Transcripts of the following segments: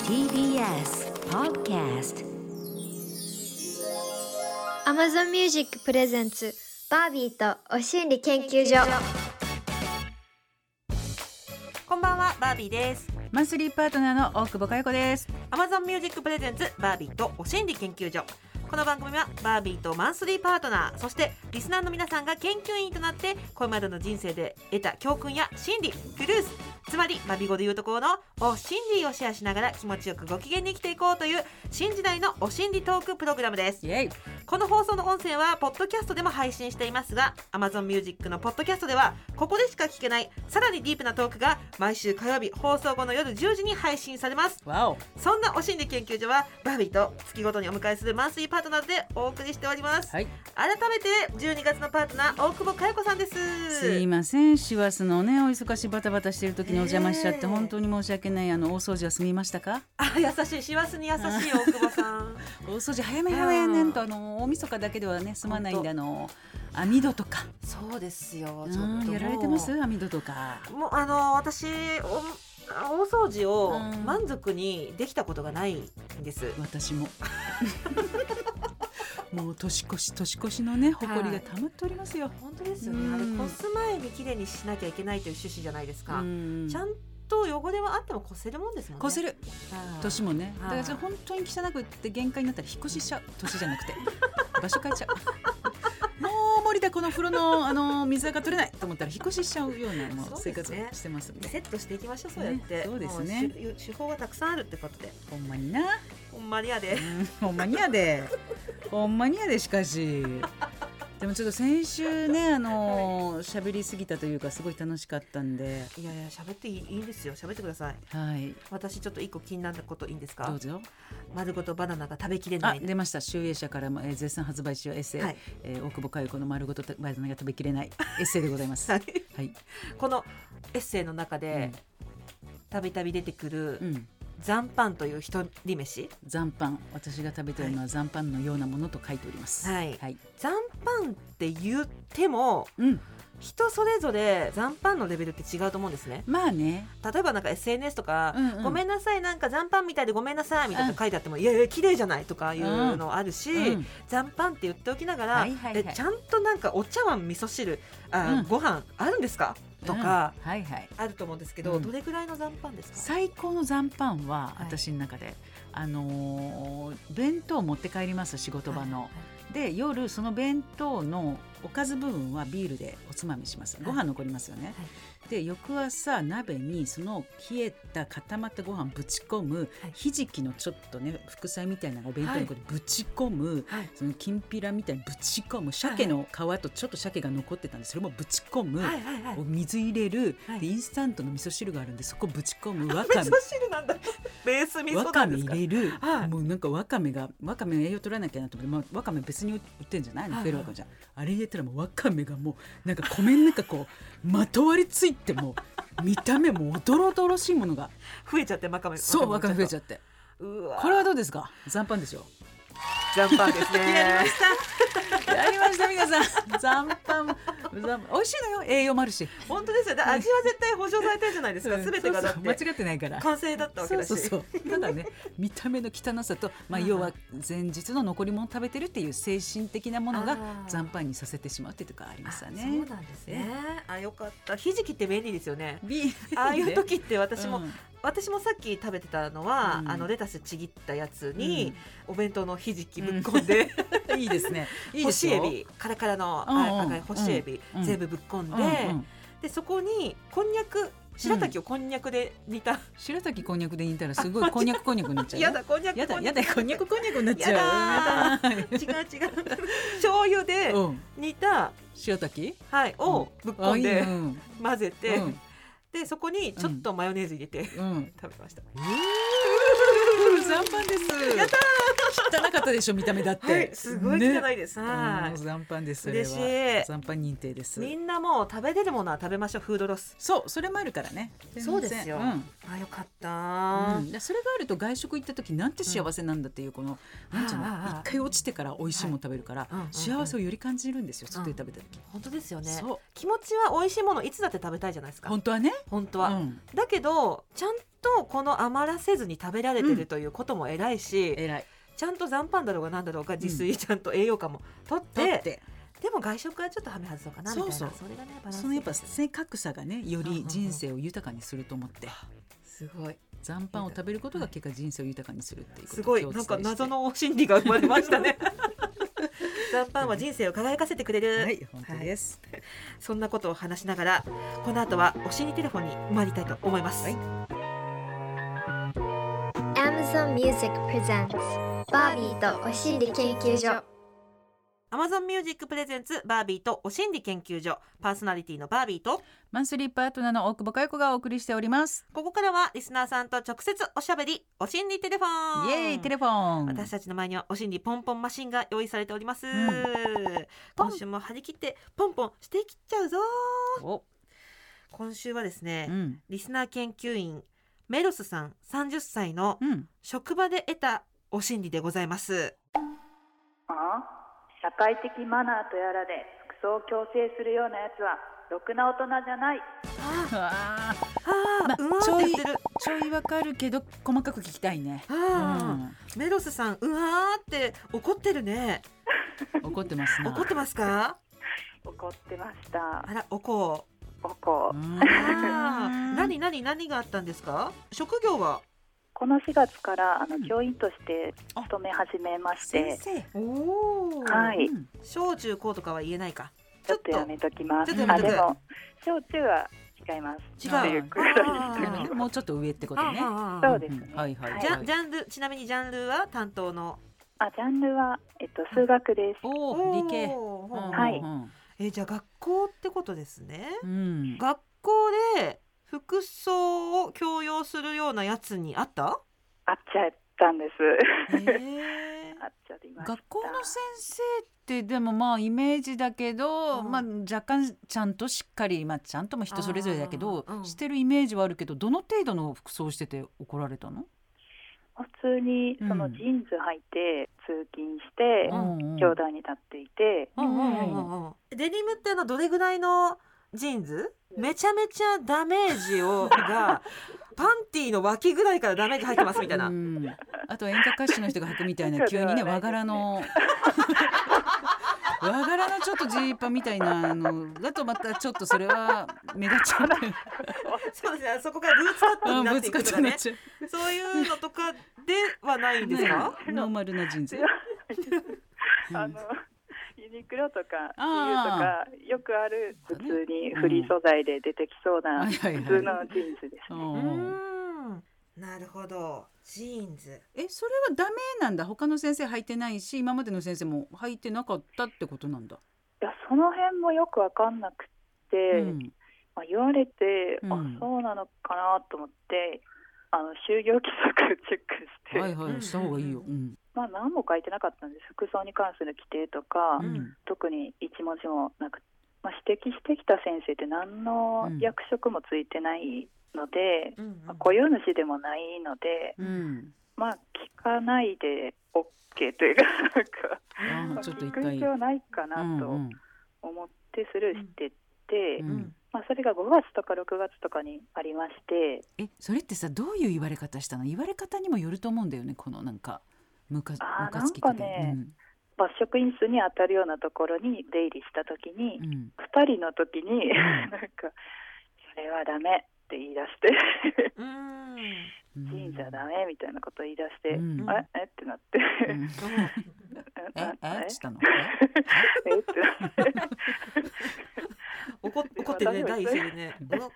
TBS Podcast Amazon Music プレゼンツバービーとお心理研究所。 こんばんは、バービーです。 マンスリーパートナーの大久保佳代子です。 Amazon Music プレゼンツバービーとお心理研究所。この番組はバービーとマンスリーパートナー、そしてリスナーの皆さんが研究員となってこれまでの人生で得た教訓や心理、トゥルース、つまりマビ語でいうところのお心理をシェアしながら気持ちよくご機嫌に生きていこうという新時代のお心理トークプログラムです。 イエイ。 この放送の音声はポッドキャストでも配信していますが、 Amazon Music のポッドキャストではここでしか聞けないさらにディープなトークが毎週火曜日放送後の夜10時に配信されます。 わお。 そんなお心理研究所はバービーと月ごとにお迎えするマンスリーパートナーでお送りしております、 はい、 改めて12月のパートナー大久保佳代子さんです。 すいません、師走のねお忙しいバタバタしてる時にお邪魔しちゃって本当に申し訳ない。大掃除は済みましたか？ 優しい、師走に優しい大久保さん大掃除早め早めねんと大晦日だけではね済まないんで、網戸とかそうですよ、ちょっとやられてます？網戸とかもう私大掃除を満足にできたことがないんです、 私ももう年越しのね埃が溜まっておりますよ。 本当ですよね。あれこす前にきれいにしなきゃいけないという趣旨じゃないですか。ちゃんと汚れはあってもこせるもんですもんね。 こせる年もね。だから本当に汚くって限界になったら引っ越ししちゃう。年じゃなくて場所変えちゃうもう無理だこの風呂の水が取れないと思ったら引っ越ししちゃうような生活をしてますんで、 セットしていきましょう。そうやって、 そうですね。 手法がたくさんあるってことで。 ほんまにな。 ほんまにやで、 ほんまにやでほんまにやで。しかしでもちょっと先週ね喋りすぎたというかすごい楽しかったんで。 いや喋っていいですよ。喋ってください。 はい。 私ちょっと一個気になったこといいんですか？ どうぞ。 丸ごとバナナが食べきれない。 出ました。集英社からも、絶賛発売中エッセイ、大久保佳代子の丸ごとバナナが食べきれないエッセイでございます、はい、 このエッセイの中でたびたび出てくる、残飯という一人飯。 残飯、私が食べているのは残飯のようなものと書いております、 残飯って言っても、人それぞれ残飯のレベルって違うと思うんですね。 まあね。 例えばなんか SNS とか、ごめんなさいなんか残飯みたいでごめんなさいみたいな書いてあっても、いや綺麗じゃないとかいうのあるし、残飯って言っておきながら、ちゃんとなんかお茶碗味噌汁ご飯あるんですかとか、あると思うんですけど、どれくらいの残飯ですか？ 最高の残飯は私の中で、弁当を持って帰ります、仕事場の、で夜その弁当のおかず部分はビールでおつまみします。ご飯残りますよね、で翌朝鍋にその冷えた固まったご飯ぶち込む、ひじきのちょっとね副菜みたいなのを弁当にぶち込む、そのきんぴらみたいにぶち込む、鮭の皮とちょっと鮭が残ってたんでそれもぶち込む、水入れる、でインスタントの味噌汁があるんでそこぶち込む、わかめ味噌汁なんだベース味噌なんですか？ わかめ入れる、もうなんかわかめ栄養取らなきゃなと思って、わかめ別に売ってんじゃない？フェルワカじゃん、あれ入れたらもうわかめがもうなんか米の中こうまとわりついて、もう見た目もおどろおどろしいものが増えちゃって、わかめ増えちゃって、これはどうですか？残飯ですよ。 残飯ですねやりました皆さん。残飯美味しいのよ、栄養もあるし。 本当ですよ。味は絶対保証されてるじゃないですか、全てがだって間違ってないから完成だったわけだし。 ただね見た目の汚さと、要は前日の残り物を食べてるっていう精神的なものが残飯にさせてしまうっていうところありますよね。 そうなんですね。よかった。ひじきって便利ですよね。ああいう時って私もさっき食べてたのは、レタスちぎったやつに、お弁当のひじきぶっ込んで、 いいですね。 干しエビ、カラカラの赤い干しエビ、全部ぶっ込んで、でそこにこんにゃく、白滝をこんにゃくで煮た、 白滝こんにゃくで煮たらすごいこんにゃくになっちゃう。 やだ、こんにゃくやだこんにゃくになっちゃう。 違う醤油で煮た白滝をぶっ込んで混ぜて、でそこにちょっとマヨネーズ入れて食べました。 残飯です。やったー。汚かったでしょ見た目だって、 すごい汚いです。 残飯です。 嬉しい。 残飯認定です。 みんなもう食べれるものは食べましょう。フードロス。 それもあるからね。 そうですよ。よかった。 それがあると外食行った時なんて幸せなんだっていう、このなんていうの、一回落ちてから美味しいもの食べるから幸せをより感じるんですよ、外で食べた時。 本当ですよね。気持ちは美味しいものいつだって食べたいじゃないですか。 本当はね。 だけどちゃんとこの余らせずに食べられてるということも偉いし、 偉い。 ちゃんと残飯だろうがなんだろうが自炊ちゃんと栄養価も取って、 取ってでも外食はちょっとはめ外そうかなみたいな、 そうそれがねバランスそのやっぱ性格差がねより人生を豊かにすると思って、 すごい残飯を食べることが結果人生を豊かにするっていうことすごいなんか謎の心理が生まれましたね残飯は人生を輝かせてくれる、 はい本当です、 はい、そんなことを話しながらこの後はお心理テレフォンに参りたいと思います、 はい、 Amazon Music Presents バービーとお心理研究所。 Amazon Music Presents バービーとお心理研究所、パーソナリティのバービーとマンスリーパートナーの大久保佳代子がお送りしております。 ここからはリスナーさんと直接おしゃべりお心理テレフォン。 イエーイテレフォン。 私たちの前にはお心理ポンポンマシンが用意されております、今週も張り切ってポンポンしていきちゃうぞ。 お、 今週はですね、リスナー研究員メロスさん30歳の職場で得たお心理でございます、 社会的マナーとやらで服装を強制するようなやつはろくな大人じゃない。 ちょいわかるけど細かく聞きたいね。 メロスさんうわーって怒ってるね。 怒ってますな。 怒ってますか？ 怒ってました。 あら怒何があったんですか？職業はこの4月から教員として勤め始めまして、 先生、おー、 はい、 小中高とかは言えないか。 ちょっとやめときます。 でも小中は違います。 違う。 もうちょっと上ってことね。 そうですね。 はいはい。 ジャンル、ちなみにジャンルは担当のジャンルは数学です。 理系。 はい。 じゃあ学校ってことですね。学校で服装を強要するようなやつにあった？ あっちゃったんです。あっちゃいました。 学校の先生ってでもまあイメージだけど、若干ちゃんとしっかり、ちゃんとも人それぞれだけど、してるイメージはあるけど、どの程度の服装してて怒られたの？ 普通にそのジーンズ履いて通勤して教壇に立っていて、 デニムってどれぐらいのジーンズ？めちゃめちゃダメージがパンティーの脇ぐらいからダメージ入ってますみたいな。 あとは演歌歌手の人が履くみたいな急にね和柄のちょっとジーパンみたいなのだとまたちょっとそれは目立っちゃうそうですね、そこからブーツカットになっていくとかねそういうのとかではないんですか？ ノーマルなジーンズユニクロとか CU とかよくある普通にフリー素材で出てきそうな普通のジーンズですね。 なるほど、ジーンズ。 それはダメなんだ。他の先生履いてないし今までの先生も履いてなかったってことなんだ。 いやその辺もよく分かんなくて、言われて、そうなのかなと思って就業規則チェックして、 した方がいいよ。 何も書いてなかったんです。服装に関する規定とか、特に一文字もなく、指摘してきた先生って何の役職もついてないので、雇用主でもないので、聞かないで OK というかちょっと聞く必要ないかなと思ってスルーしてて、それが5月とか6月とかにありまして。 それってさどういう言われ方したの？言われ方にもよると思うんだよね。このなんかムカつきとか罰職員室に当たるようなところに出入りした時に、2人の時になんかそれはダメって言い出してジーンズはダメみたいなことを言い出して、ってなってしたの？ 怒ってね、第一声でね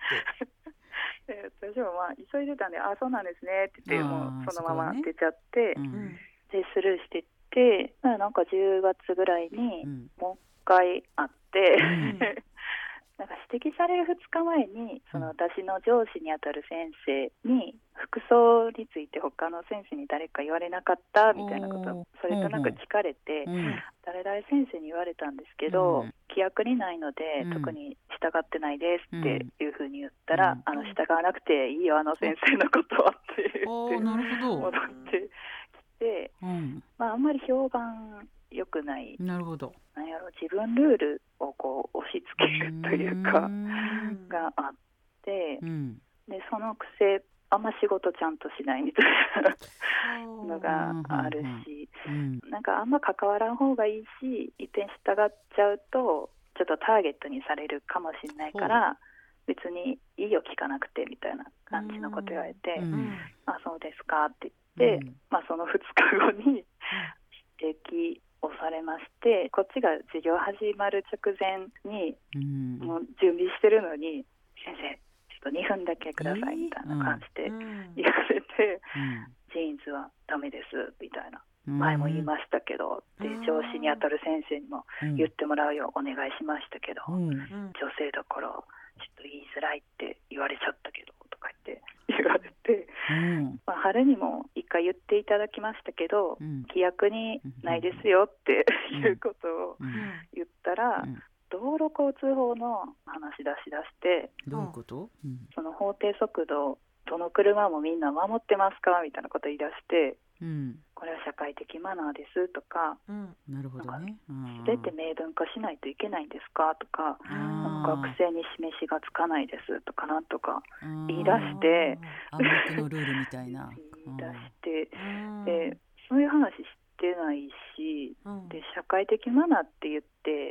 私も急いでたんでそうなんですねって言って、もうそのまま出ちゃって、でスルーしてってなんか10月ぐらいにもう一回会ってなんか指摘される2日前に私の上司にあたる先生に服装について他の先生に誰か言われなかったみたいなことをそれとなく聞かれて、誰々先生に言われたんですけど、規約にないので特に従ってないですっていうふうに言ったら、従わなくていいよ先生のことはって言って戻ってきて、あんまり評判良くない。 なるほど。 自分ルールを押し付けるというかがあって、でそのくせあんま仕事ちゃんとしないみたいなのがあるし、なんかあんま関わらん方がいいし、いっぺん従っちゃうとちょっとターゲットにされるかもしれないから、別にいいよ聞かなくてみたいな感じのこと言われて、あ、そうですかって言って、その2日後に指摘をされまして、こっちが授業始まる直前にもう準備してるのに、先生ちょっと2分だけくださいみたいな感じで言われて、ジーンズはダメですみたいな、前も言いましたけどって上司にあたる先生にも言ってもらうようお願いしましたけど、女性だからちょっと言いづらいって言われちゃったけどとか言われて、春にも一回言っていただきましたけど、規約にないですよっていうことを言ったら、道路交通法の話し出して、 どういうこと？ その法定速度どの車もみんな守ってますかみたいなこと言い出して、これは社会的マナーですとか、 なるほどね。 それって明文化しないといけないんですかとか、学生に示しがつかないですとかなんとか言い出して、 暗黙のルールみたいな言い出して、でそういう話してないし、で社会的マナーって言って、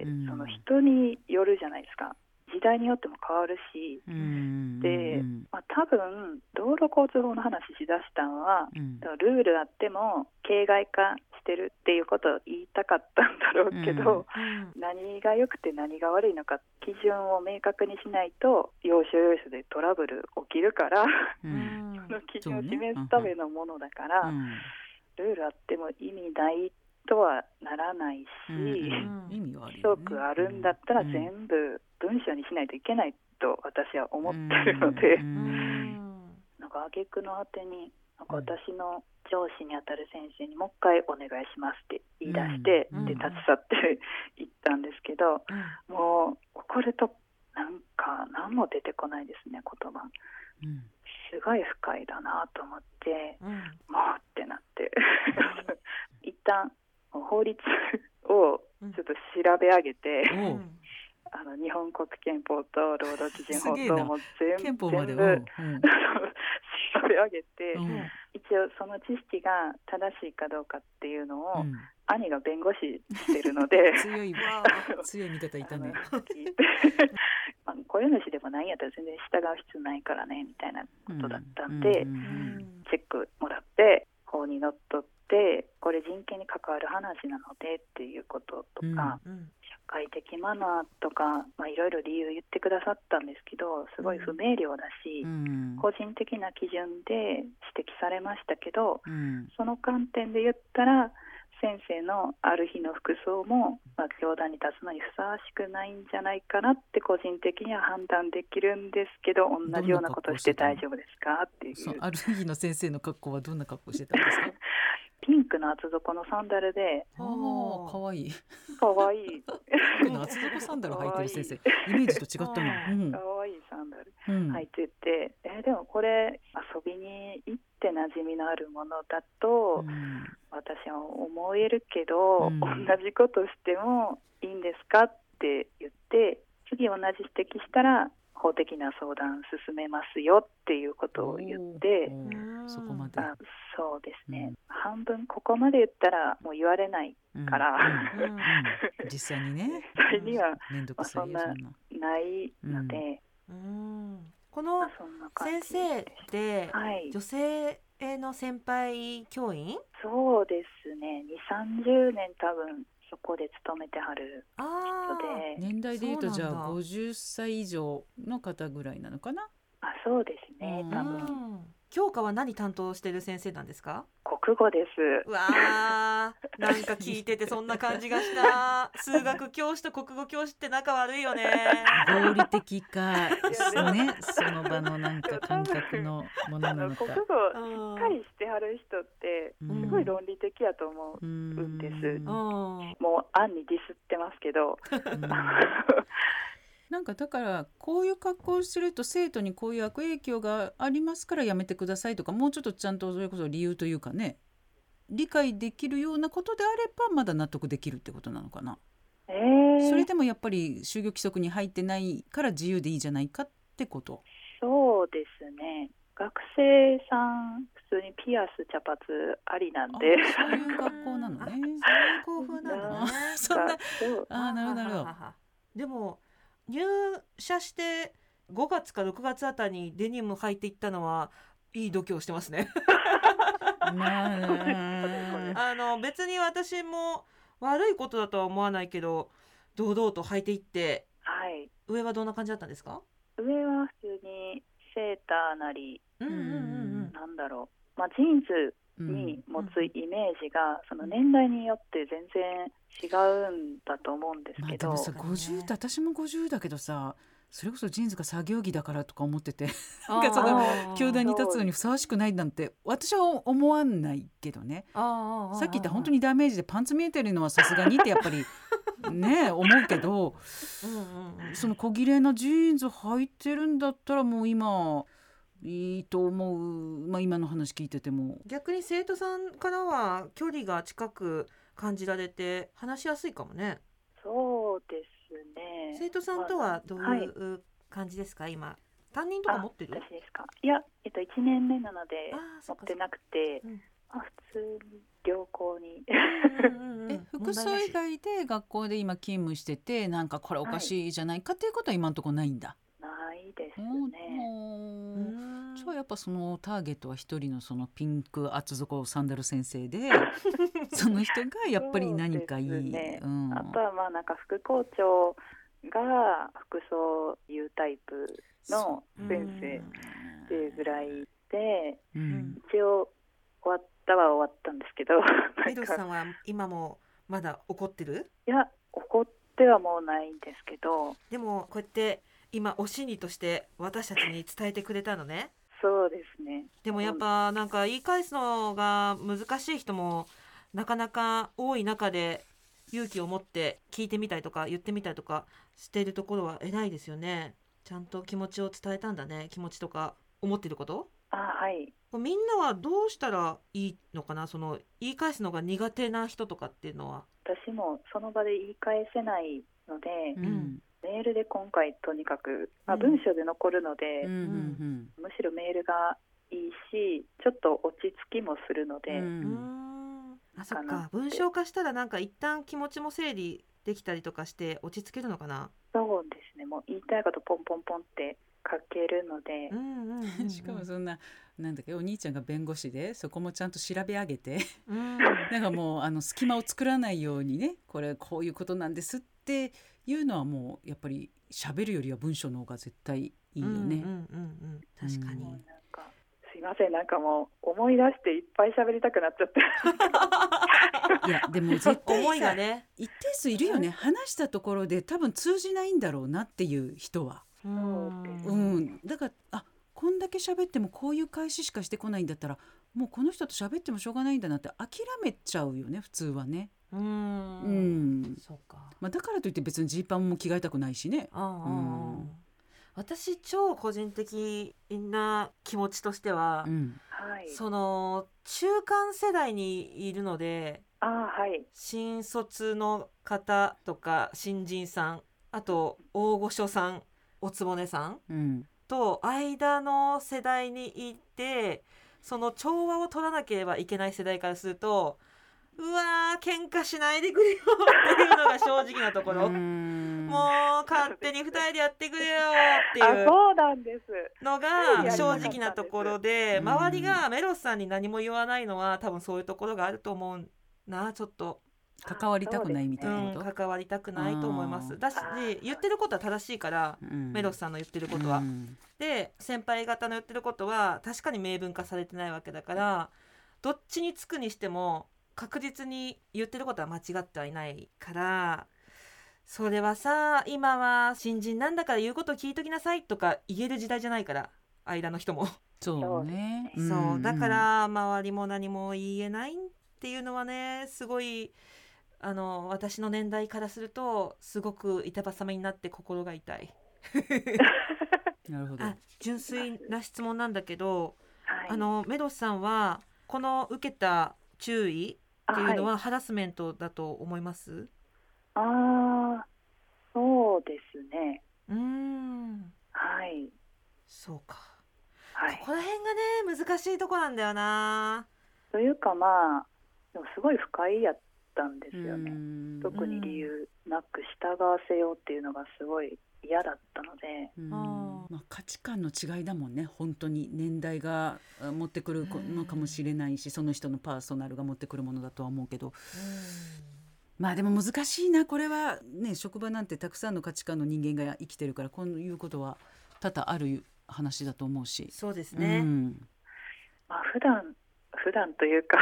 その人によるじゃないですか。時代によっても変わるし、で、多分道路交通法の話しだしたのは、ルールあっても形骸化してるっていうことを言いたかったんだろうけど、何が良くて何が悪いのか基準を明確にしないと要所要所でトラブル起きるから、その基準を示すためのものだから、ルールあっても意味ないとはならないし、規則あるんだったら全部文章にしないといけないと私は思ってるので、なんか挙句の果てになんか私の上司にあたる先生にもう一回お願いしますって言い出して、で立ち去って行ったんですけど、もうこれとなんか何も出てこないですね、言葉。すごい不快だなと思って、もうってなって一旦法律をちょっと調べ上げて、日本国憲法と労働基準法とも全部調べ上げて、一応その知識が正しいかどうかっていうのを、兄が弁護士してるので強い味方いたね雇用主でもないんやったら全然従う必要ないからねみたいなことだったんで、チェックもらって法にのっとって、これ人権に関わる話なのでっていうこととか、社会的マナーとか、いろいろ理由言ってくださったんですけど、すごい不明瞭だし、個人的な基準で指摘されましたけど、その観点で言ったら先生のある日の服装も、教壇に立つのにふさわしくないんじゃないかなって個人的には判断できるんですけど、同じようなことして大丈夫ですかっていう。 ある日の先生の格好はどんな格好してたんですか？ ピンクの厚底のサンダルで、 かわいいかわいいピンクの厚底サンダル履いてる先生、イメージと違ったの。 かわいいサンダル履いてて、でもこれ遊びに行って馴染みのあるものだと、私は思えるけど、同じことしてもいいんですかって言って、次同じ指摘したら法的な相談進めますよっていうことを言って、 そこまで。 そうですね、半分ここまで言ったらもう言われないから、 実際にね、 実際にはそんなないので、 この先生って女性の先輩教員？ そうですね、2、30年多分そこで勤めてはる人で、 年代でいうとじゃあ50歳以上の方ぐらいなのかな。 そうですね、多分。 教科は何担当してる先生なんですか？ 国語です。 うわー、なんか聞いててそんな感じがした数学教師と国語教師って仲悪いよね。 合理的かね、その場のなんか感覚のものなのか。 国語しっかりしてはる人ってすごい論理的やと思うんです。もう暗にディスってますけどなんかだからこういう格好をしてると生徒にこういう悪影響がありますからやめてくださいとか、もうちょっとちゃんとそれこそ理由というかね、理解できるようなことであればまだ納得できるってことなのかな。それでもやっぱり就業規則に入ってないから自由でいいじゃないかってこと。 そうですね、 学生さん普通にピアス茶髪ありなんで、 そういう学校なのね。 そういう校風なんだね。 そんなそうなるほど。 でも入社して5月か6月あたりにデニム履いていったのはいい度胸してますね。別に私も悪いことだとは思わないけど、堂々と履いていって、 はい、 上はどんな感じだったんですか？ 上は普通にセーターなり、なんだろう、まあ、ジーンズに持つイメージがその年代によって全然違うんだと思うんですけど、 でもさ50って私も50だけどさ、それこそジーンズが作業着だからとか思っててなんかその教壇に立つのにふさわしくないなんて私は思わないけどね。さっき言った本当にダメージでパンツ見えてるのはさすがにってやっぱりね思うけどその小切れなジーンズ履いてるんだったらもう今いいと思う、今の話聞いてても。 逆に生徒さんからは距離が近く感じられて話しやすいかもね。 そうですね。 生徒さんとはどういう感じですか、今担任とか持ってる？ 私ですか？いや、1年目なので持ってなくて、普通に良好に服装以外で学校で今勤務しててなんかこれおかしいじゃないかっていうことは今のところないんだ。 ないですね。 じゃあやっぱそのターゲットは一人のそのピンク厚底サンダル先生でその人がやっぱり何かいい、 あとはなんか副校長が服装言うタイプの先生っていうぐらいで、一応終わったんですけどミドルさんは今もまだ怒ってる？ いや、怒ってはもうないんですけど、 でもこうやって今お心理として私たちに伝えてくれたのね。 そうですね。 でもやっぱなんか言い返すのが難しい人もなかなか多い中で勇気を持って聞いてみたりとか言ってみたりとかしているところは偉いですよね。ちゃんと気持ちを伝えたんだね。気持ちとか思ってること。 はい。 みんなはどうしたらいいのかな、その言い返すのが苦手な人とかっていうのは。 私もその場で言い返せないので、メールで今回とにかく、文章で残るので、むしろメールがいいし、ちょっと落ち着きもするので、 そっか、文章化したらなんか一旦気持ちも整理できたりとかして落ち着けるのかな。 そうですね。もう言いたいことポンポンポンって書けるので、 しかもそんななんだっけ、お兄ちゃんが弁護士でそこもちゃんと調べ上げてなんかもう隙間を作らないようにね、これこういうことなんですっていうのはもうやっぱり喋るよりは文章の方が絶対いいよね。 確かに。 なんかすいません、なんかもう思い出していっぱい喋りたくなっちゃっていやでも絶対思いがね、 一定数いるよね。話したところで多分通じないんだろうなっていう人は。だからこんだけ喋ってもこういう返ししかしてこないんだったらもうこの人と喋ってもしょうがないんだなって諦めちゃうよね、普通はね。 そうか。 だからといって別にジーパンも着替えたくないしね。 私超個人的な気持ちとしては、その中間世代にいるので、新卒の方とか新人さん、あと大御所さん、おつぼねさん、と間の世代にいて、その調和を取らなければいけない世代からすると、うわー喧嘩しないでくれよっていうのが正直なところもう勝手に2人でやってくれよっていうのが正直なところで、周りがメロスさんに何も言わないのは多分そういうところがあると思うな。ちょっと関わりたくないみたいなこと、 関わりたくないと思います。だし言ってることは正しいから、メロスさんの言ってることは、で先輩方の言ってることは確かに明文化されてないわけだから、どっちにつくにしても確実に言ってることは間違ってはいないから、それはさ、今は新人なんだから言うことを聞いときなさいとか言える時代じゃないから、間の人もそうね、 そうだから周りも何も言えないっていうのはね、すごい私の年代からするとすごく板挟みになって心が痛いなるほど。 純粋な質問なんだけど、メドさんはこの受けた注意っていうのはハラスメントだと思います？ そうですね。 そうか。 はい、 ここら辺がね難しいとこなんだよな。 というかでもすごい不快やったんですよね。特に理由なく従わせようっていうのがすごい嫌だったので、 価値観の違いだもんね。本当に年代が持ってくるのかもしれないし、その人のパーソナルが持ってくるものだとは思うけど、でも難しいなこれはね。職場なんてたくさんの価値観の人間が生きてるから、こういうことは多々ある話だと思うし。 そうですね、 普段というか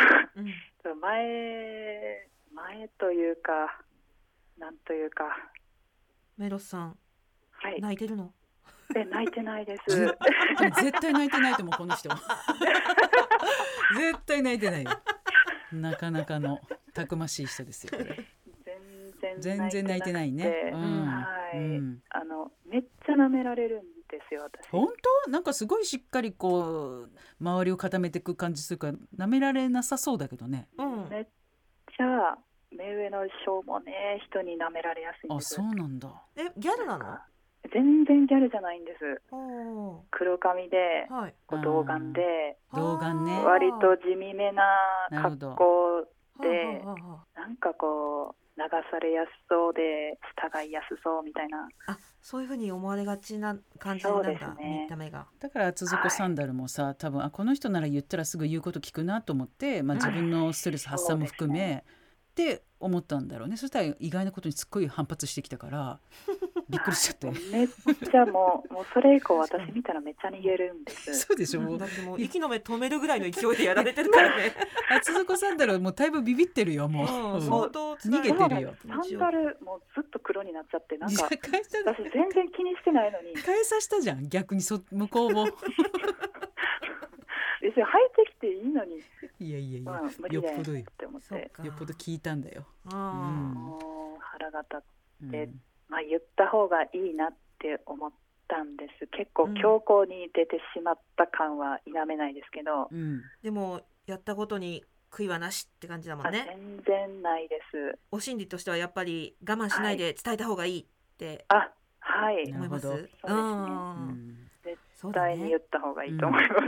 前というかなんというか。 メロスさん、 はい、 泣いてるの？ 泣いてないです絶対泣いてないと思うこの人絶対泣いてないよ。なかなかのたくましい人ですよこれ。全然泣いてないね。 めっちゃ舐められるんですよ私。 本当？なんかすごいしっかりこう周りを固めていく感じするから舐められなさそうだけどね。 めっちゃ目上の人もね人に舐められやすいんです。 あ、そうなんだ。 ギャルなの？ 全然ギャルじゃないんです。黒髪で、童顔で、 ね、 割と地味めな格好で、なんかこう流されやすそうで従いやすそうみたいな。 そういう風に思われがちな感じなんだ、見た目が。 だから厚底サンダルもさ、多分この人なら言ったらすぐ言うこと聞くなと思って、自分のストレス発散も含め、って思ったんだろうね。そしたら意外なことにすっごい反発してきたからびっくりしちゃってめっちゃもうそれ以降私見たらめっちゃ逃げるんです。 そうでしょ、 だってもう息の目止めるぐらいの勢いでやられてるからね厚底サンダルはもうだいぶビビってるよ。もう、 相当逃げてるよ。 サンダルもうずっと黒になっちゃって、なんか私全然気にしてないのに返さしたじゃん逆に向こうも別に履いてきていいのに。 いや、 よっぽどよって思って、 よっぽど聞いたんだよ。 もう腹が立って、言った方がいいなって思ったんです。結構強硬に出てしまった感は否めないですけど、 でもやったことに悔いはなしって感じだもんね。 全然ないです。 お心理としてはやっぱり我慢しないで伝えた方がいいって思います。 そうですね。絶対に言った方がいいと思います。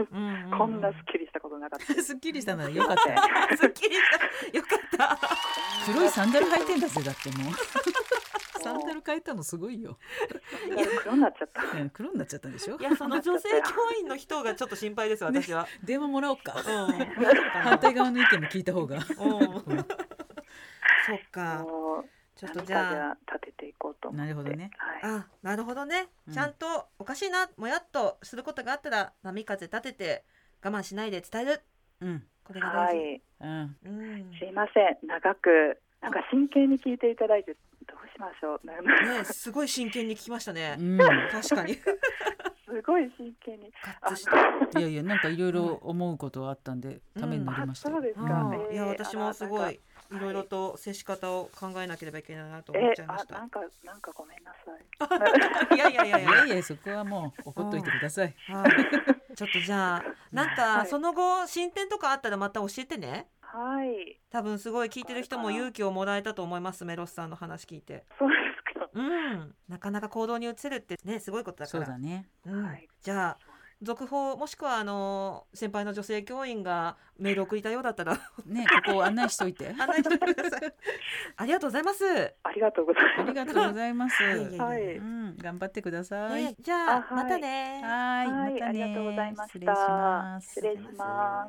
こんなすっきりしたことなかった。 すっきりしたならよかったすっきりしたよかった黒いサンダル履いてんだぜ。だってもうサンダル変えたのすごいよ。 黒になっちゃった。 黒になっちゃったんでしょ。 いや、その女性教員の人がちょっと心配です私は。 電話もらおうか。反対側の意見も聞いた方が。 そっか。ちょっとじゃあ立てていこうと思って。 なるほどね。 なるほどね。ちゃんとおかしいな、もやっとすることがあったら波風立てて我慢しないで伝える。これが大事。 すいません、長くなんか真剣に聞いていただいてどうしましょうね。 すごい真剣に聞きましたね。確かに。 すごい真剣に。 いやなんかいろいろ思うことはあったんでためになりました。 そうですか。 いや私もすごいいろいろと接し方を考えなければいけないなと思っちゃいました。 なんかごめんなさい。 いやそこはもう怒っといてください。 ちょっとじゃあなんかその後進展とかあったらまた教えてね。多分すごい聞いてる人も勇気をもらえたと思います。メロスさんの話聞いて。 そうですか。 なかなか行動に移せるってねすごいことだから。 そうだね。 じゃあ続報もしくは先輩の女性教員がメール送りたいようだったらね、ここを案内しといて。 案内しといてください。ありがとうございます。 ありがとうございます。 頑張ってください。 じゃあまたね。 またね。 ありがとうございました。失礼します。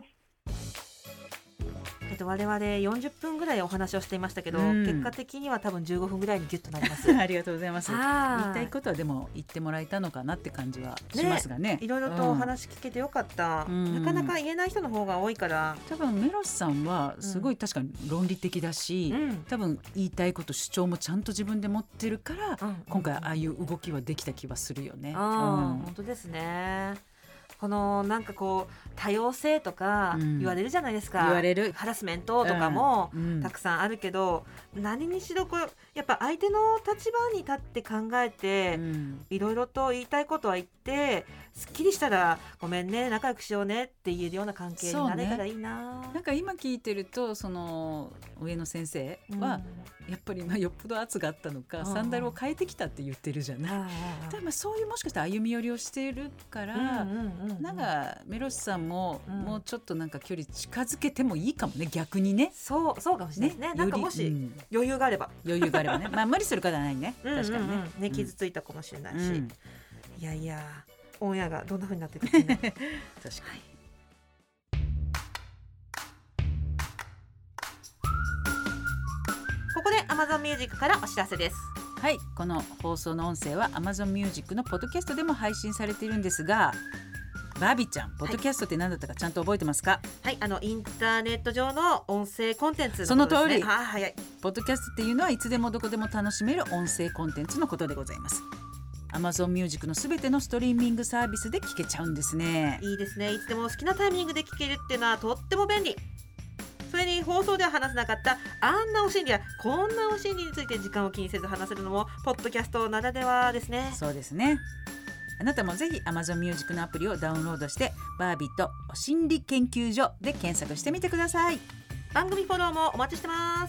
我々40分ぐらいお話をしていましたけど、結果的には多分15分ぐらいにギュッとなります。 ありがとうございます。言いたいことはでも言ってもらえたのかなって感じはしますがね。 いろいろとお話聞けてよかった。なかなか言えない人の方が多いから。 多分メロスさんはすごい確かに論理的だし、多分言いたいこと主張もちゃんと自分で持ってるから、今回ああいう動きはできた気はするよね。 本当ですね。このなんかこう多様性とか言われるじゃないですか。 言われる。 ハラスメントとかもたくさんあるけど、何にしろこうやっぱ相手の立場に立って考えて、いろいろと言いたいことは言ってすっきりしたらごめんね仲良くしようねって言えるような関係になれたらいいな。 なんか今聞いてるとその上野先生はやっぱりよっぽど圧があったのか、サンダルを変えてきたって言ってるじゃない。そういうもしかしたら歩み寄りをしているから、 なんかメロスさんも、もうちょっとなんか距離近づけてもいいかもね、逆にね。 そうかもしれないですね。なんかもし余裕があればねまあ無理することはないね。確かにね、 傷ついたかもしれないし、いやいやオンエアがどんな風になってるかね。確かに。ここで Amazon Music からお知らせです。 はい、この放送の音声は Amazon Music のポッドキャストでも配信されているんですが、バービーちゃん、ポッドキャストって何だったかちゃんと覚えてますか？ はい、インターネット上の音声コンテンツのことですね。 その通り。 早い。 ポッドキャストっていうのはいつでもどこでも楽しめる音声コンテンツのことでございます。Amazon Music のすべてのストリーミングサービスで聞けちゃうんですね。 いいですね。いつでも好きなタイミングで聞けるっていうのはとっても便利。それに放送では話せなかったあんなお心理やこんなお心理について時間を気にせず話せるのもポッドキャストならではですね。 そうですね。あなたもぜひ Amazon Music のアプリをダウンロードしてバービーとお心理研究所で検索してみてください。 番組フォローもお待ちしてます。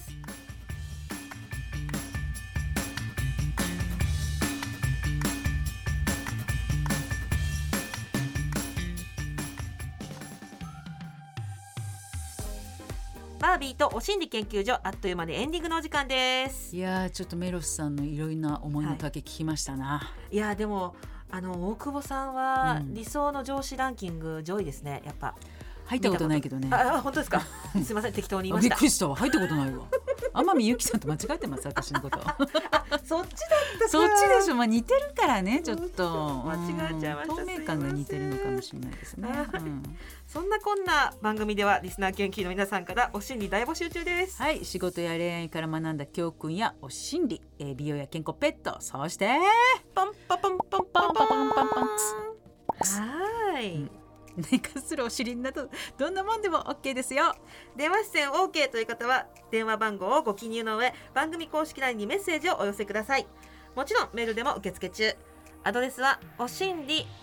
バービーとお心理研究所、あっという間でエンディングのお時間です。 いやちょっとメロスさんのいろいろな思いの丈聞きましたな。 いやでも大久保さんは理想の上司ランキング上位ですね。やっぱ入ったことないけどね。 本当ですか？すいません適当に言いました。 びっくりしたわ、入ったことないわ。天海祐希さんと間違えてます、私のこと。 そっちだったか。 そっちでしょ。似てるからね、ちょっと間違えちゃいました。 透明感が似てるのかもしれないですね。 そんなこんな番組ではリスナー研究の皆さんからお心理大募集中です。 はい、仕事や恋愛から学んだ教訓やお心理、美容や健康、ペット、そしてポンポポンポンポンポンポンポンポン。はい。 寝かするお尻などどんなもんでも OK ですよ。 電話出演 OK という方は電話番号をご記入の上、番組公式 LINE にメッセージをお寄せください。もちろんメールでも受付中。アドレスはおしんり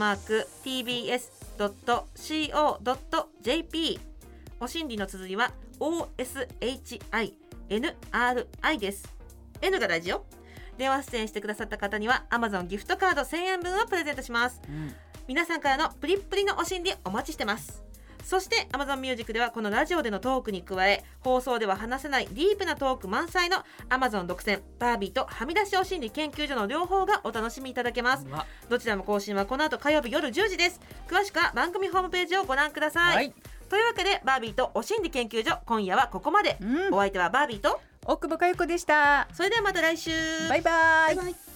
@tbs.co.jp。 おしんりの綴りは OSHINRI です。 N が大事よ。電話出演してくださった方には Amazon ギフトカード1000円分をプレゼントします。皆さんからのプリップリのお心理お待ちしてます。そして Amazon Music ではこのラジオでのトークに加え、放送では話せないディープなトーク満載の Amazon 独占バービーとはみ出しお心理研究所の両方がお楽しみいただけます。どちらも更新はこの後火曜日夜10時です。詳しくは番組ホームページをご覧ください。というわけでバービーとお心理研究所、今夜はここまで。お相手はバービーと奥保佳代子でした。 それではまた来週。 バイバイ。 バイバイ。